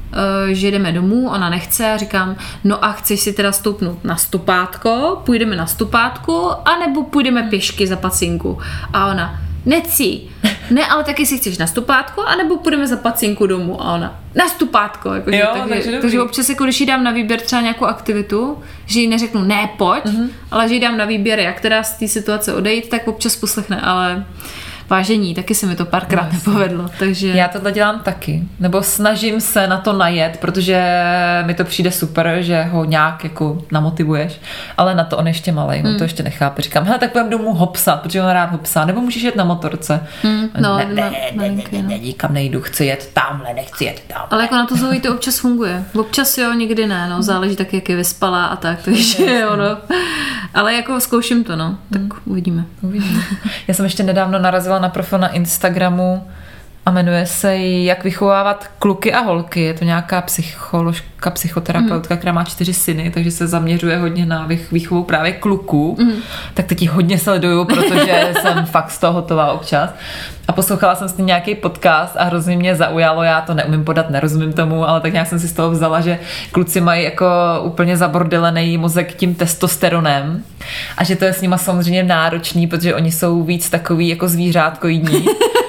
že jdeme domů, ona nechce a říkám, no a chceš si teda stoupnout na stopátko, půjdeme na stopátku, anebo půjdeme pěšky za pacinku. A ona, neci, ne, ale taky si chceš na stopátko, anebo půjdeme za pacinku domů. A ona, na stopátko. Jako, jo, takže, takže, takže občas, jako, když jí dám na výběr třeba nějakou aktivitu, že jí neřeknu, ne, pojď, mm-hmm. ale že jí dám na výběr, jak teda z té situace odejít, tak občas poslechne, ale vážení, taky se mi to párkrát no, nepovedlo. Takže... Já tohle dělám taky. Nebo snažím se na to najet, protože mi to přijde super, že ho nějak jako namotivuješ, ale na to on ještě malej, on mm. to ještě nechápe. Říkám, hele, tak půjdem domů hopsat, protože on rád hopsá, nebo můžeš jet na motorce. Mm. No, ne, ne, ne, ne, ne, ne, ne, nikam nejdu, chci jet tamhle, nechci jet tamhle. Ale jako na to Zoe to občas funguje. Občas jo, někdy ne, no, záleží taky, jak je vyspalá a tak, takže jo, no. Ale jako zkouším to, no, tak mm. uvidíme. uvidíme. Já jsem ještě nedávno narazila na profil na Instagramu a jmenuje se Jak vychovávat kluky a holky. Je to nějaká psycholožka, psychoterapeutka, mm. která má čtyři syny, takže se zaměřuje hodně na výchovu právě kluků. Mm. Tak teď ji hodně sleduju, protože jsem fakt z toho hotová občas. A poslouchala jsem s tím nějaký podcast a hrozně mě zaujalo, já to neumím podat, nerozumím tomu, ale tak nějak jsem si z toho vzala, že kluci mají jako úplně zabordelený mozek tím testosteronem a že to je s nima samozřejmě náročný, protože oni jsou víc takový jako zvířátko jiní.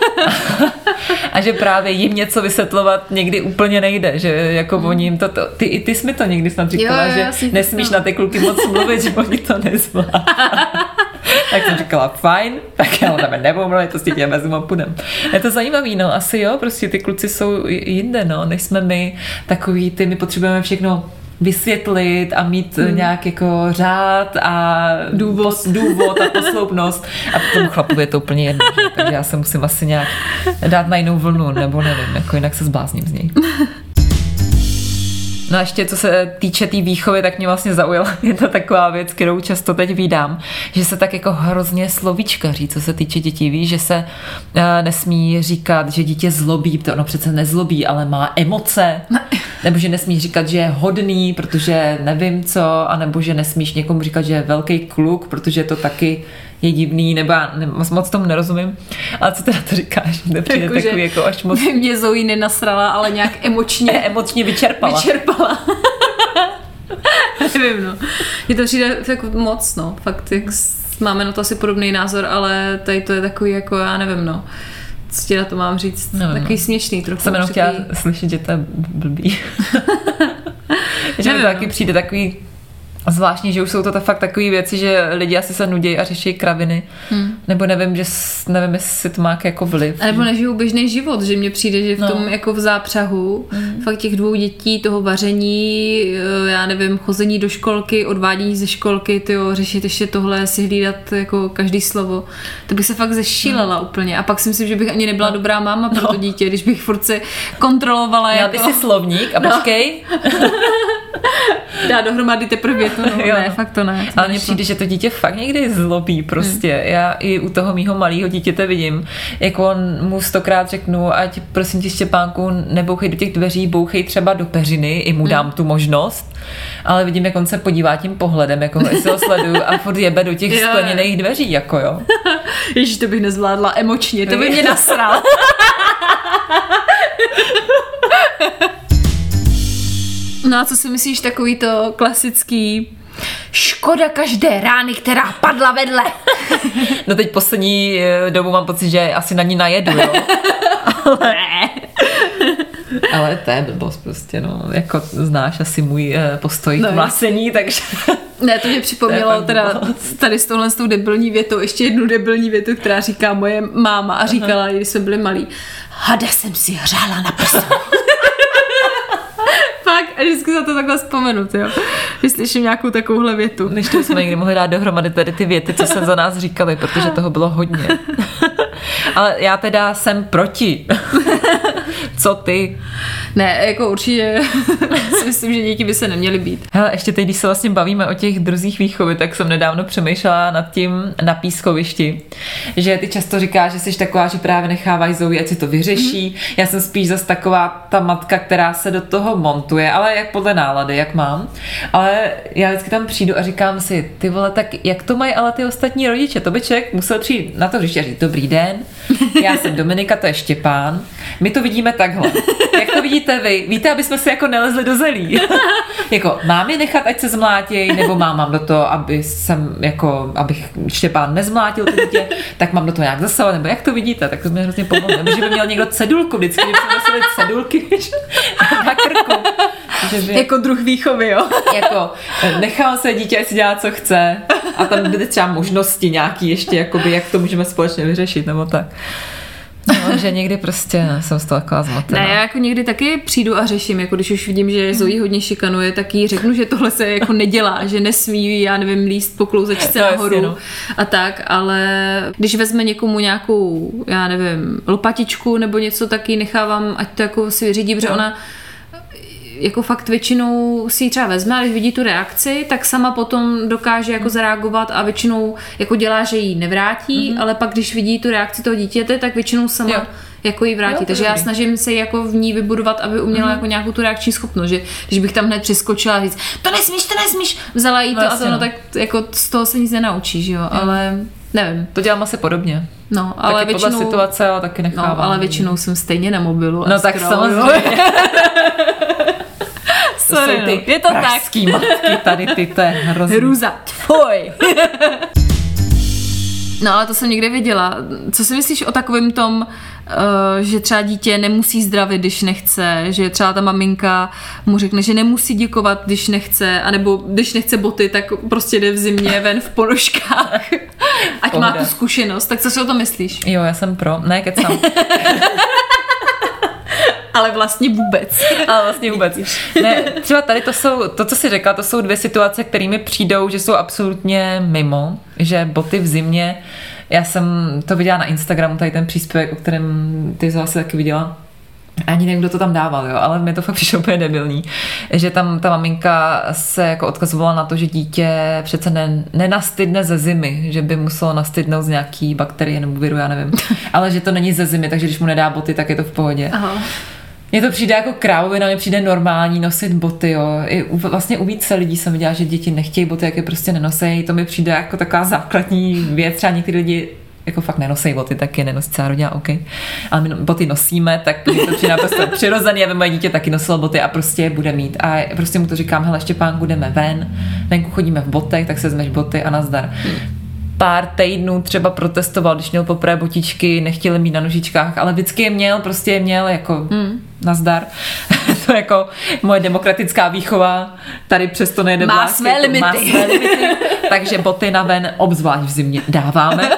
A že právě jim něco vysvětlovat někdy úplně nejde, že jako mm. oni jim to, to ty, i ty jsi mi to někdy snad říkala, jo, že nesmíš na ty kluky moc mluvit, že oni to nezvládá. Tak jsem říkala, fajn, tak já o tebe nebudu mluvit, to s tím vezmu a půjdem. Je to zajímavý, no, asi jo, prostě ty kluci jsou jinde, no, než jsme my takový, ty, my potřebujeme všechno vysvětlit a mít hmm. nějak jako řád a důvod, pos, důvod a posloupnost a tomu chlapovi je to úplně jedno, že? Takže já se musím asi nějak dát na jinou vlnu, nebo nevím, jako jinak se zblázním z něj. No a ještě co se týče té tý výchovy, tak mě vlastně zaujala jedna taková věc, kterou často teď vídám, že se tak jako hrozně slovíčkaří, co se týče dětí, ví, že se uh, nesmí říkat, že dítě zlobí, to ono přece nezlobí, ale má emoce, nebo že nesmí říkat, že je hodný, protože nevím co, anebo že nesmíš někomu říkat, že je velký kluk, protože to taky je divný, nebo já ne, moc, moc tomu nerozumím. Ale co teda to říkáš? Nepřijde jako, takový jako až moc... Mě Zoe nenasrala, ale nějak emočně... emočně vyčerpala. Vyčerpala. Nevím, no. Mně to přijde jako moc, no. Fakt, jak máme na to asi podobný názor, ale tady to je takový jako, já nevím, no. Co ti na to mám říct? Nevím, takový no. Směšný trochu. Jsem jenom chtěla slyšet, že to je blbý. Že mi to taky přijde takový zvláštní, že už jsou to ta fakt takové věci, že lidi asi se nudějí a řeší kraviny. Hmm. Nebo nevím, že nevím, jestli to má jako vliv. A nebo nežijou běžný život, že mně přijde, že v no. tom jako v zápřahu hmm. fakt těch dvou dětí, toho vaření, já nevím, chození do školky, odvádění ze školky, tyjo, řešit ještě tohle, si hlídat jako každý slovo. To bych se fakt zešílela hmm. úplně. A pak si myslím, že bych ani nebyla no. dobrá máma pro no. to dítě, když bych furt se kontrolovala. Měla jako... by si slovník a počkej. No. Dá dohromady teprve to, no, ne, fakt to ne. Ale mně přijde, že to dítě fakt někdy zlobí prostě. Hmm. Já i u toho mýho malého dítěte vidím, jak on mu stokrát řeknu, ať prosím tě Štěpánku, nebouchej do těch dveří, bouchej třeba do peřiny, i mu dám hmm. tu možnost, ale vidím, jak on se podívá tím pohledem, jako jestli ho sleduju a furt jebe do těch skleněných dveří, jako jo. Ježiš, to bych nezvládla emočně, to by mě nasral. No a co si myslíš, takový to klasický škoda každé rány, která padla vedle. No teď poslední dobu mám pocit, že asi na ní najedu, jo. Ale... Ale to je blbost prostě, no. Jako znáš asi můj postoj no, k mlásení, takže... Ne, to mě připomnělo teda tady s touhle s tou debilní větou, ještě jednu debilní větu, která říká moje máma a říkala, Aha. když jsme byli malí, hada jsem si hřála na prstu. Fakt, A vždycky za to takhle vzpomenu, jo. Když slyším nějakou takovouhle větu. Než to jsme někdy mohli dát dohromady tady ty věty, co se za nás říkali, protože toho bylo hodně. Ale já teda jsem proti. Co ty? Ne, jako určitě si myslím, že děti by se neměly být. Hele, ještě teď, když se vlastně bavíme o těch druzích výchovy, tak jsem nedávno přemýšlela nad tím na pískovišti, že ty často říkáš, že jsi taková, že právě nechávají Zoe, ať si to vyřeší. Mm-hmm. Já jsem spíš zase taková ta matka, která se do toho montuje, ale jak podle nálady, jak mám. Ale já vždycky tam přijdu a říkám si, ty vole, tak jak to mají ale ty ostatní rodiče? To by člověk musel přijít na to hřiště a říct, dobrý den, já jsem Dominika, to je Štěpán. My to vidíme takhle. Jak to vidíte vy? Víte, aby jsme si jako nelezli do zelí. Jako, mám je nechat, ať se zmlátěj, nebo mám, mám do toho, aby jsem, jako, abych Štěpán nezmlátil to dítě, tak mám do toho nějak zasahovat, nebo jak to vidíte? Tak to mě hrozně pomohlo. Nebo že by měl někdo cedulku, vždycky by se nosili cedulky na krku. Že by, jako druh výchovy, jo? Jako, nechám se dítě, ať si dělá, co chce. A tam byly třeba možnosti nějaký ještě, jakoby, jak to můžeme společně vyřešit, nebo tak. No, že někdy prostě jsem z toho taková zmatená. Ne, já jako někdy taky přijdu a řeším, jako když už vidím, že Zoe hodně šikanuje, tak jí řeknu, že tohle se jako nedělá, že nesmí, já nevím, líst po klouzačce nahoru no. a tak, ale když vezme někomu nějakou, já nevím, lopatičku nebo něco, tak ji nechávám, ať to jako si vyřídí, protože no. ona jako fakt většinou si ji třeba vezme, ale když vidí tu reakci, tak sama potom dokáže jako zareagovat a většinou jako dělá, že ji nevrátí, mm-hmm. ale pak když vidí tu reakci toho dítěte, tak většinou sama jo. jako ji vrátí. Jo, Takže já snažím se jako v ní vybudovat, aby uměla mm-hmm. jako nějakou tu reakční schopnost, že když bych tam hned přeskočila a říct, to nesmíš, to nesmíš, vzala jí to vlastně, a to, no tak jako z toho se nic nenaučí, že jo, mm. ale nevím. To dělám asi podobně. No, ale taky většinou, podle situace, ale taky nechávám. No, ale většinou jsem stejně na mobilu. No tak samozřejmě. Sorry, to jsou ty je to pražský tak. matky tady, ty, to je hrozný. Hruza. Tvoj. No ale to jsem někde viděla. Co si myslíš o takovém tom, že třeba dítě nemusí zdravit, když nechce, že třeba ta maminka mu řekne, že nemusí děkovat, když nechce, anebo když nechce boty, tak prostě jde v zimě ven v ponožkách. Ať Pohoda. Má tu zkušenost. Tak co si o tom myslíš? Jo, já jsem pro. Ne, kecám. Ale vlastně vůbec. Ale vlastně vůbec. Ne, třeba tady to jsou, to, co jsi řekla, to jsou dvě situace, které mi přijdou, že jsou absolutně mimo, že boty v zimě, já jsem to viděla na Instagramu, tady ten příspěvek, o kterém ty jsi asi taky viděla. Ani nevím, kdo to tam dával, jo, ale mi to fakt přišlo úplně debilní, že tam ta maminka se jako odkazovala na to, že dítě přece ne, nenastydne ze zimy, že by muselo nastydnout z nějaký bakterie nebo viru, já nevím, ale že to není ze zimy, takže když mu nedá boty, tak je to v pohodě. Aha. Mně to přijde jako krávovina, mně přijde normální nosit boty, jo. I u, vlastně u více lidí jsem viděla, že děti nechtějí boty, jak je prostě nenosejí, to mi přijde jako taková základní věc, třeba některý lidi jako fakt nenosejí boty, tak je nenosí celá rodina, OK. Ale my boty nosíme, tak mi to přijde naprosto přirozený, aby moje dítě taky nosilo boty a prostě je bude mít. A prostě mu to říkám, hele Štěpánku, jdeme ven, venku chodíme v botech, tak se vezmeš boty a nazdar. Pár týdnů třeba protestoval, když měl poprvé botičky, nechtěli mít na nožičkách, ale vždycky je měl, prostě je měl jako mm. nazdar. To jako moje demokratická výchova tady přesto nejde má vlásky, své limity. Má své limity. Takže boty na ven, obzvlášť v zimě, dáváme.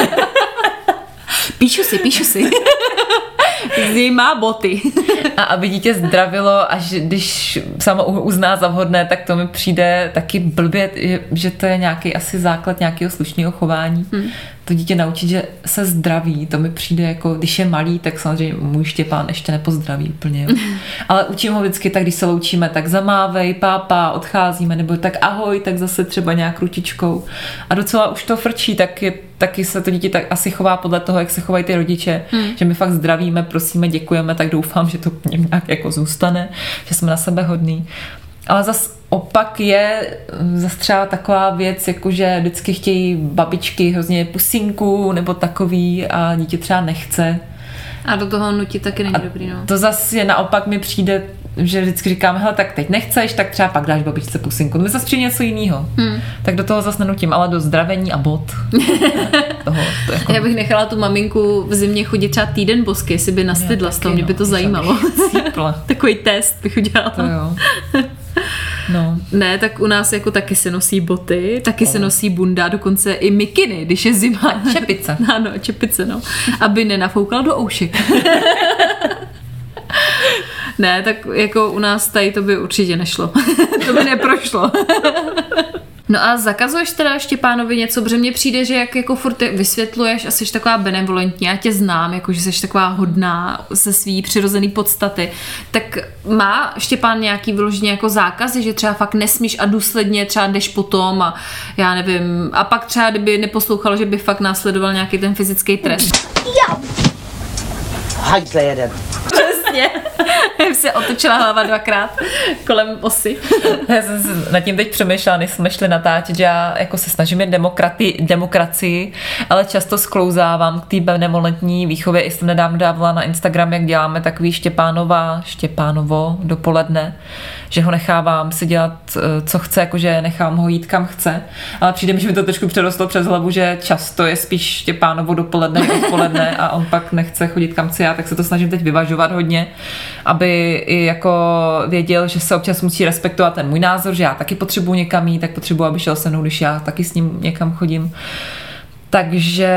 Píšu si, píšu si. Zima boty. A aby dítě zdravilo, až když samo uzná za vhodné, tak to mi přijde taky blbě, že to je nějaký asi základ nějakého slušného chování. Hmm. To dítě naučit, že se zdraví, to mi přijde jako, když je malý, tak samozřejmě můj Štěpán ještě nepozdraví úplně. Jo. Ale učím ho vždycky tak, když se loučíme, tak zamávej, pápa, odcházíme, nebo tak ahoj, tak zase třeba nějak rutičkou. A docela už to frčí, tak je, taky se to dítě tak asi chová podle toho, jak se chovají ty rodiče, hmm. že my fakt zdravíme, prosíme, děkujeme, tak doufám, že to nějak jako zůstane, že jsme na sebe hodní. Ale zas opak je zas třeba taková věc, jakože vždycky chtějí babičky hrozně pusinku nebo takový a dítě třeba nechce. A do toho nutí taky není a dobrý, no. To zase naopak mi přijde, že vždycky říkáme, hele, tak teď nechceš, tak třeba pak dáš babičce pusinku. To mi zase přijde něco jiného. Hmm. Tak do toho zase nenutím, ale do zdravení a bod. toho, to jako... Já bych nechala tu maminku v zimě chodit třeba týden bosky, jestli by nastydla z toho, mě by to zajímalo. Takový test bych udělala. To jo. No. Ne, tak u nás jako taky se nosí boty, taky oh. se nosí bunda, dokonce i mikiny, když je zima. Čepice. Ano, čepice, no. Aby nenafoukal do oušek. Ne, tak jako u nás tady to by určitě nešlo. To by neprošlo. No a zakazuješ teda Štěpánovi něco, protože mně přijde, že jak jako furt vysvětluješ a jsi taková benevolentní, já tě znám, jako že jsi taková hodná ze svý přirozený podstaty, tak má Štěpán nějaký vyloženě jako zákazy, že třeba fakt nesmíš a důsledně třeba jdeš potom a já nevím, a pak třeba kdyby neposlouchal, že by fakt následoval nějaký ten fyzický trest. Jo. Hajzle jeden. Přesně. Já se otočila hlava dvakrát kolem osy. Já jsem se nad tím teď přemýšlela, než jsme šli natáčet, že já jako se snažím mít demokrati, demokracii, ale často sklouzávám k té benevolentní výchově. I jsem nedávno dávala na Instagram, jak děláme takový Štěpánova, Štěpánovo dopoledne, že ho nechávám si dělat, co chce, jakože nechám ho jít kam chce, ale přijde mi, že mi to trošku přerostlo přes hlavu, že často je spíš Štěpánovo dopoledne, odpoledne a on pak nechce chodit kam chce já, tak se to snažím teď vyvažovat hodně, aby i jako věděl, že se občas musí respektovat ten můj názor, že já taky potřebuji někam jít, tak potřebuji, aby šel se mnou, když já taky s ním někam chodím. Takže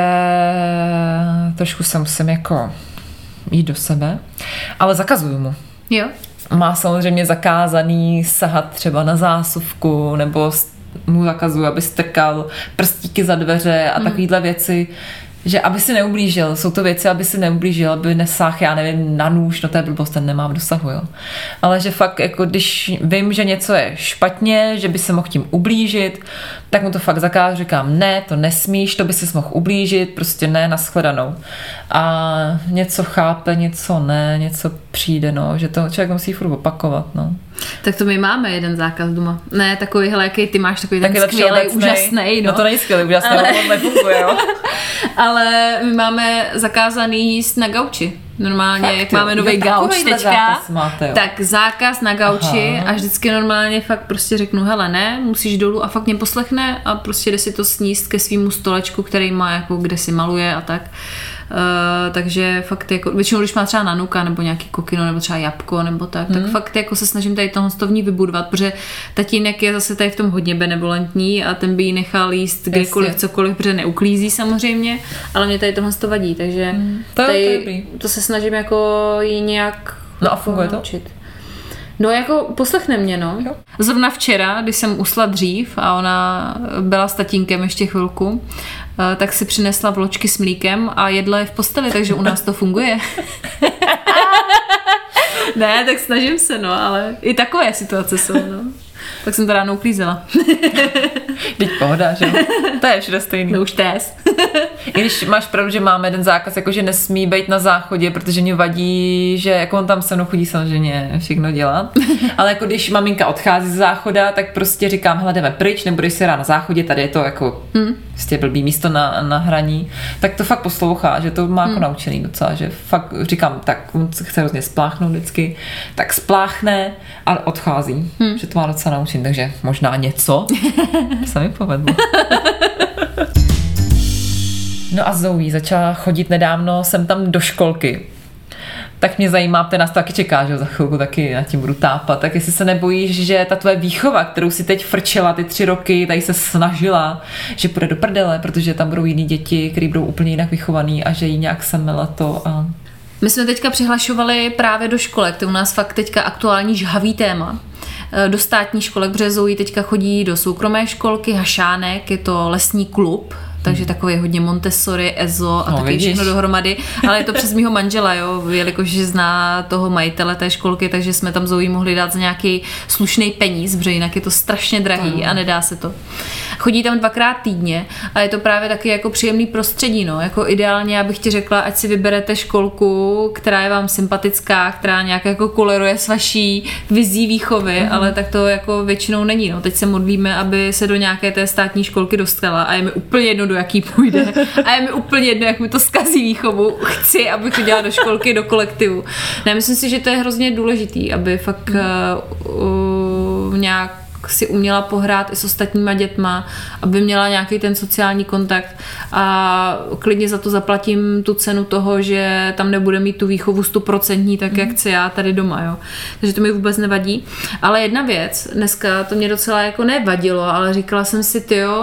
trošku se musím jako jít do sebe, ale zakazuju mu. Jo. Má samozřejmě zakázaný sahat třeba na zásuvku, nebo mu zakazuju, aby strkal prstíky za dveře a takovýhle věci, že aby si neublížil, jsou to věci, aby si neublížil, aby nesáhl, já nevím, na nůž, no to je blbost, ten nemám v dosahu, jo. Ale že fakt, jako když vím, že něco je špatně, že by se mohl tím ublížit, tak mu to fakt zakážu, říkám, ne, to nesmíš, to by si mohl ublížit, prostě ne, nashledanou. A něco chápe, něco ne, něco přijde, no, že to člověk musí furt opakovat, no. Tak to my máme jeden zákaz doma. Ne, takovýhle, jaký ty máš, takový ten skvělej, úžasnej. No. no to není skvělý, úžasný, ale... ale nefunguje, jo. Ale my máme zakázaný jíst na gauči. Normálně, fakt, jak jo. máme nový gauč teďka, máte, tak zákaz na gauči. Aha. A vždycky normálně fakt prostě řeknu, hele ne, musíš dolů a fakt mě poslechne a prostě jde si to sníst ke svýmu stolečku, který má jako kde si maluje a tak. Uh, takže fakt jako, většinou když má třeba nanuka nebo nějaký kokino nebo třeba jabko nebo tak, hmm. tak fakt jako se snažím tady tohle v ní vybudovat, protože tatínek je zase tady v tom hodně benevolentní a ten by jí nechal jíst kdykoliv, Jasně. cokoliv, protože neuklízí samozřejmě, ale mě tady tohle to vadí, takže hmm. to, tady, to se snažím jako jí nějak no a funguje to? naučit. No jako poslechne mě, no. Jo. Zrovna včera, když jsem usla dřív a ona byla s tatínkem ještě chvilku, tak si přinesla vločky s mlíkem a jedla je v posteli, takže u nás to funguje. Ne, tak snažím se, no, ale i takové situace jsou, no. Tak jsem to ráno uklízela. Teď pohoda, že? To je všude stejný. No už test. I když máš pravdu, že máme jeden zákaz, jako že nesmí být na záchodě, protože mě vadí, že jako on tam se mnou chodí samozřejmě všechno dělat. Ale jako když maminka odchází z záchoda, tak prostě říkám, hele, jdeme pryč, nebudeš si hrát na záchodě, tady je to jako hmm. prostě blbý místo na, na hraní. Tak to fakt poslouchá, že to má jako hmm. naučený docela, že fakt říkám, tak on chce hrozně spláchnout vždycky, tak spláchne a odchází. Hmm. Že to má docela naučený, takže možná něco se mi povedlo. No a Zoe začala chodit nedávno sem tam do školky. Tak mě zajímá, ten nás to taky čeká, že za chvilku taky na tím budu tápat. Tak jestli se nebojíš, že ta tvoje výchova, kterou si teď frčela ty tři roky, tady se snažila, že půjde do prdele, protože tam budou jiný děti, který budou úplně jinak vychovaný a že jí nějak semela to a... My jsme teďka přihlašovali právě do školek, to je u nás fakt teďka aktuální žhavý téma. Do státní školek, protože Zoe teďka chodí do soukromé školky, Hašánek, je to lesní klub, takže takový hodně Montessori, Ezo a no, taky vidíš. Všechno dohromady, ale je to přes mýho manžela, jo, jelikož zná toho majitele té školky, takže jsme tam Zoe mohli dát za nějaký slušný peníz, protože jinak je to strašně drahý mm. a nedá se to. Chodí tam dvakrát týdně a je to právě taky jako příjemný prostředí, no, jako ideálně, já bych ti řekla, ať si vyberete školku, která je vám sympatická, která nějak jako koleruje s vaší vizí výchovy, mm. ale tak to jako většinou není, no. Teď se modlíme, aby se do nějaké té státní školky dostala a je mi úplně jedno, do jaký půjde. A je mi úplně jedno, jak mi to zkazí výchovu. Chci, abych udělala do školky, do kolektivu. Ne, myslím si, že to je hrozně důležitý, aby fakt uh, uh, nějak si uměla pohrát i s ostatníma dětma, aby měla nějaký ten sociální kontakt a klidně za to zaplatím tu cenu toho, že tam nebude mít tu výchovu stoprocentní, tak jak chci já tady doma, jo. Takže to mi vůbec nevadí. Ale jedna věc, dneska to mě docela jako nevadilo, ale říkala jsem si, tyjo,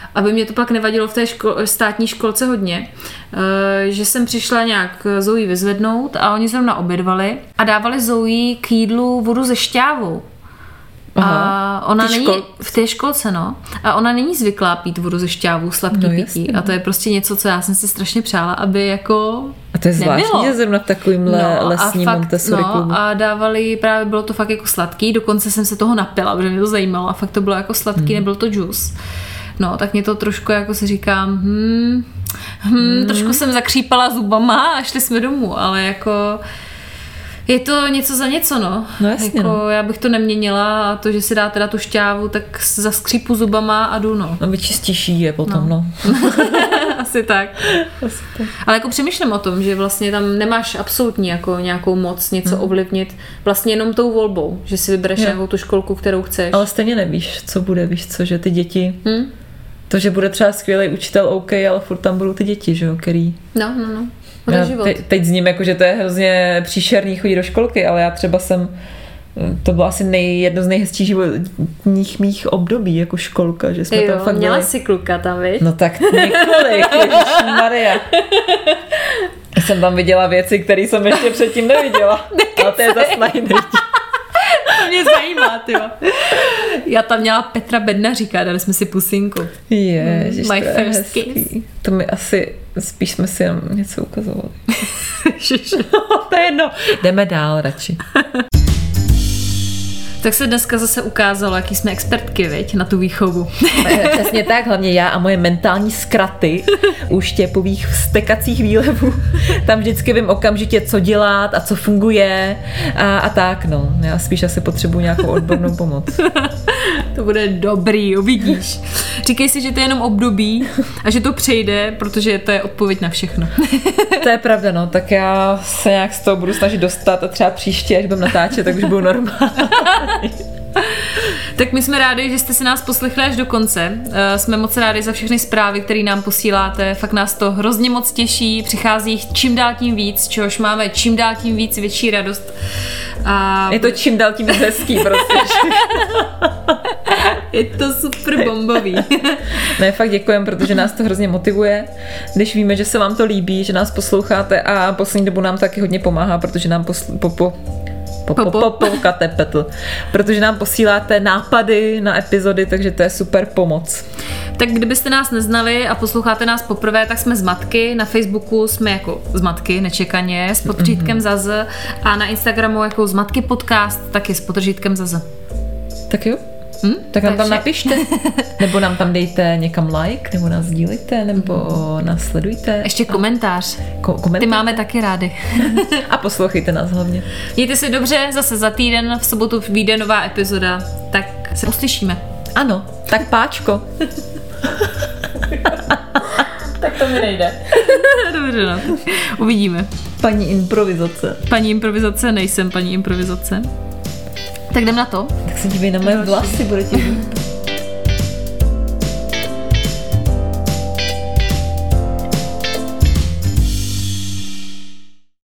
aby mě to pak nevadilo v té ško- státní školce hodně, že jsem přišla nějak Zoe vyzvednout a oni zrovna obědvali a dávali Zoe k jídlu vodu ze šťávou. A ona není škol... v té školce, no. A ona není zvyklá pít vodu ze šťávu, sladký no, pití. A to je prostě něco, co já jsem si strašně přála, aby jako a to je zvláštní, že zrovna v takovýmhle no, lesním Montessori no, klubu. A dávali, právě bylo to fakt jako sladký, dokonce jsem se toho napila, protože mě to zajímalo a fakt to bylo jako sladký, hmm. nebyl to džus. No, tak mě to trošku jako si říkám, hmm, hmm, hmm. trošku jsem zakřípala zubama a šli jsme domů, ale jako je to něco za něco, no. No jasně, jako, no. Já bych to neměnila a to, že si dá teda tu šťávu, tak zaskřípu zubama a jdu, no. No vyčistíš je potom, no. no. Asi tak. Asi tak. Ale jako přemýšlím o tom, že vlastně tam nemáš absolutně jako nějakou moc něco hmm. ovlivnit, vlastně jenom tou volbou, že si vybereš nějakou tu školku, kterou chceš. Ale stejně nevíš, co bude, víš co, že ty děti, hmm? to, že bude třeba skvělý učitel, OK, ale furt tam budou ty děti, že jo, který... No, no, no. Já te, teď s ním, jako, že to je hrozně příšerný chodit do školky, ale já třeba jsem, to bylo asi nej, jedno z nejhezčích životních mých období, jako školka, že jsme jo, tam fakt měla byli. si kluka tam, viď? No tak několik, ježišmarja. Jsem tam viděla věci, které jsem ještě předtím neviděla. Ale to je zase na jiný. To mě zajímá, tyjo. Já tam měla Petra Bednaříka, dali jsme si pusinku. Ježiš, My to je first hezký. kiss. To mi asi, spíš jsme si jenom něco ukazovali. To je jedno. Jdeme dál radši. Tak se dneska zase ukázalo, jaký jsme expertky, viď, na tu výchovu. Přesně tak, hlavně já a moje mentální zkraty u štěpových vztekacích výlevů. Tam vždycky vím okamžitě, co dělat a co funguje a, a tak, no. Já spíš asi potřebuji nějakou odbornou pomoc. To bude dobrý, uvidíš. Říkej si, že to je jenom období a že to přejde, protože to je odpověď na všechno. To je pravda, no. Tak já se nějak z toho budu snažit dostat a třeba příště, až budeme natáčet, tak už budu normální. Tak my jsme rádi, že jste si nás poslechli až do konce. Jsme moc rádi za všechny zprávy, které nám posíláte. Fakt nás to hrozně moc těší. Přichází jich čím dál tím víc, čehož máme čím dál tím víc větší radost. A... Je to čím dál tím hezký, prostě. Je to super bombový. Ne, fakt děkujeme, protože nás to hrozně motivuje, když víme, že se vám to líbí, že nás posloucháte a poslední dobu nám taky hodně pomáhá, protože nám posl- po, po, po, po, po, po, katepetl, protože nám posíláte nápady na epizody, takže to je super pomoc. Tak kdybyste nás neznali a posloucháte nás poprvé, tak jsme Zmatky, na Facebooku jsme jako Zmatky, nečekaně, s podtržítkem mm-hmm. Zaz a na Instagramu jako Zmatky podcast, taky s podtržítkem Zaz. Tak jo. Hm? Tak nám tam napište, nebo nám tam dejte někam like, nebo nás sdílejte, nebo mm. nás sledujte. Ještě komentář. Ko- Ty máme taky rádi. A poslouchejte nás hlavně. Mějte se dobře, zase za týden v sobotu vyjde nová epizoda, tak se uslyšíme. Ano, tak páčko. Tak to mi nejde. Dobře, no. Uvidíme. Paní improvizace. Paní improvizace, nejsem paní improvizace. Tak jdem na to. Tak se dívej na moje vlasy, bude ti